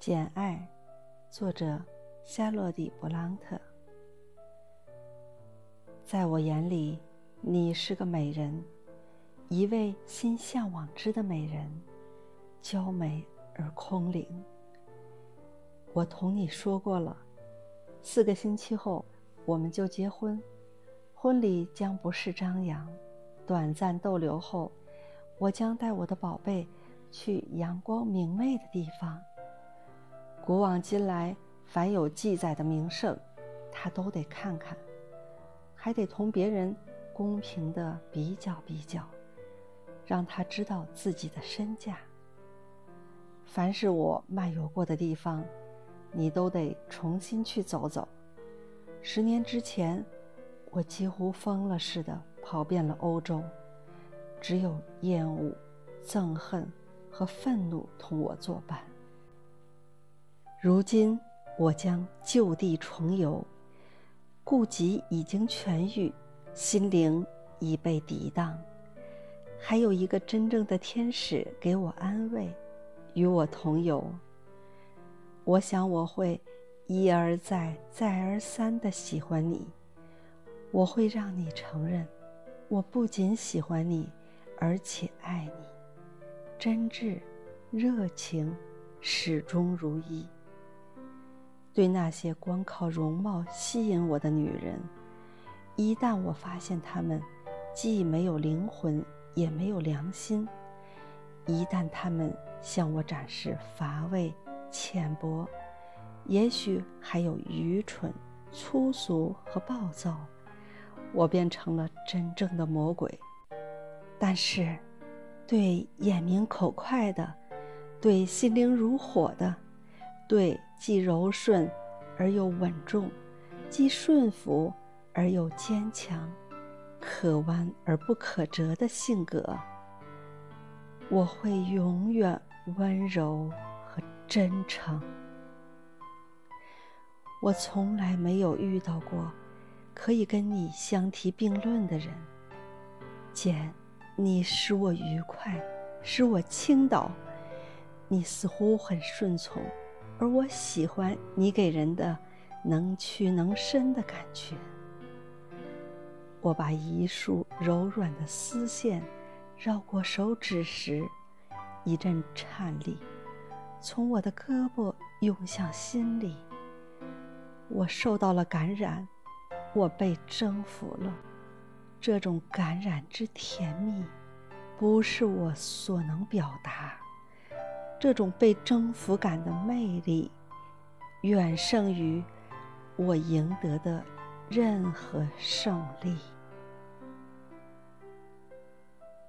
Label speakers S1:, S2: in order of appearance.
S1: 简爱，作者夏洛蒂·勃朗特。在我眼里，你是个美人，一位心向往之的美人，娇美而空灵。我同你说过了，4个星期后我们就结婚，婚礼将不是张扬，短暂逗留后，我将带我的宝贝去阳光明媚的地方。古往今来，凡有记载的名胜，他都得看看，还得同别人公平地比较比较，让他知道自己的身价。凡是我漫游过的地方，你都得重新去走走。10年之前，我几乎疯了似的跑遍了欧洲，只有厌恶、憎恨和愤怒同我作伴。如今我将就地重游，顾疾已经痊愈，心灵已被涤荡，还有一个真正的天使给我安慰，与我同游。我想我会一而再再而三地喜欢你，我会让你承认，我不仅喜欢你，而且爱你，真挚、热情，始终如一。对那些光靠容貌吸引我的女人，一旦我发现她们既没有灵魂，也没有良心，一旦她们向我展示乏味、浅薄，也许还有愚蠢、粗俗和暴躁，我便成了真正的魔鬼。但是，对眼明口快的，对心灵如火的，对既柔顺而又稳重，既顺服而又坚强，可弯而不可折的性格，我会永远温柔和真诚。我从来没有遇到过可以跟你相提并论的人。简，你使我愉快，使我倾倒，你似乎很顺从，而我喜欢你给人的能屈能伸的感觉。我把一束柔软的丝线绕过手指时，一阵颤栗从我的胳膊涌向心里。我受到了感染，我被征服了。这种感染之甜蜜，不是我所能表达。这种被征服感的魅力，远胜于我赢得的任何胜利。